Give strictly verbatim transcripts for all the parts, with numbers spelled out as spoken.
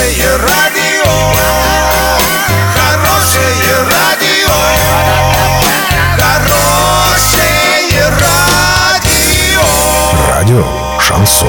Хорошее радио, хорошее радио, хорошее радио. Радио Шансон.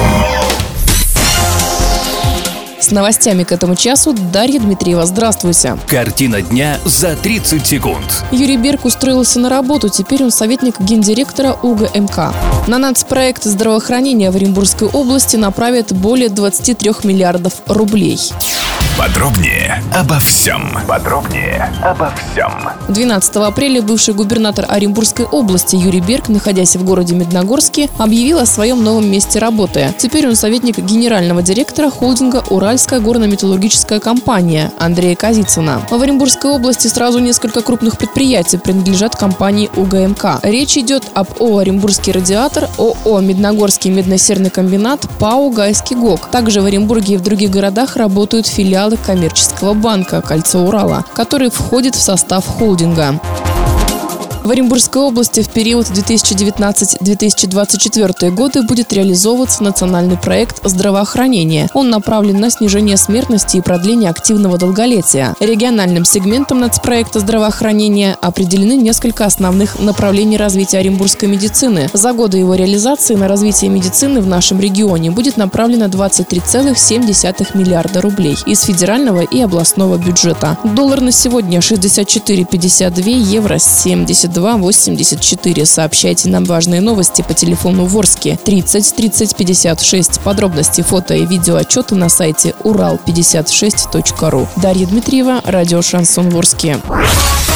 С новостями к этому часу Дарья Дмитриева. Здравствуйте. Картина дня за тридцать секунд. Юрий Берг устроился на работу. Теперь он советник гендиректора УГМК. На нацпроект здравоохранения в Оренбургской области направят более двадцать три миллиардов рублей. Подробнее обо всем. Подробнее обо всем. двенадцатого апреля бывший губернатор Оренбургской области Юрий Берг, находясь в городе Медногорске, объявил о своем новом месте работы. Теперь он советник генерального директора холдинга «Уральская горно-металлургическая компания» Андрея Казицына. В Оренбургской области сразу несколько крупных предприятий принадлежат компании УГМК. Речь идет об ООО «Оренбургский радиатор», ООО «Медногорский медно-серный комбинат», ПАО «Гайский ГОК». Также в Оренбурге и в других городах работают филиалы коммерческого банка «Кольцо Урала», который входит в состав холдинга. В Оренбургской области в период две тысячи девятнадцатый - две тысячи двадцать четвёртый годы будет реализовываться национальный проект здравоохранения. Он направлен на снижение смертности и продление активного долголетия. Региональным сегментом нацпроекта здравоохранения определены несколько основных направлений развития оренбургской медицины. За годы его реализации на развитие медицины в нашем регионе будет направлено двадцать три целых семь десятых миллиарда рублей из федерального и областного бюджета. Доллар на сегодня шестьдесят четыре пятьдесят два, евро семьдесят два восемьдесят четыре. Сообщайте нам важные новости по телефону Ворске тридцать тридцать пятьдесят шесть. Подробности, фото и видеоотчеты на сайте урал пятьдесят шесть точка ру. Дарья Дмитриева, радио Шансон Ворске.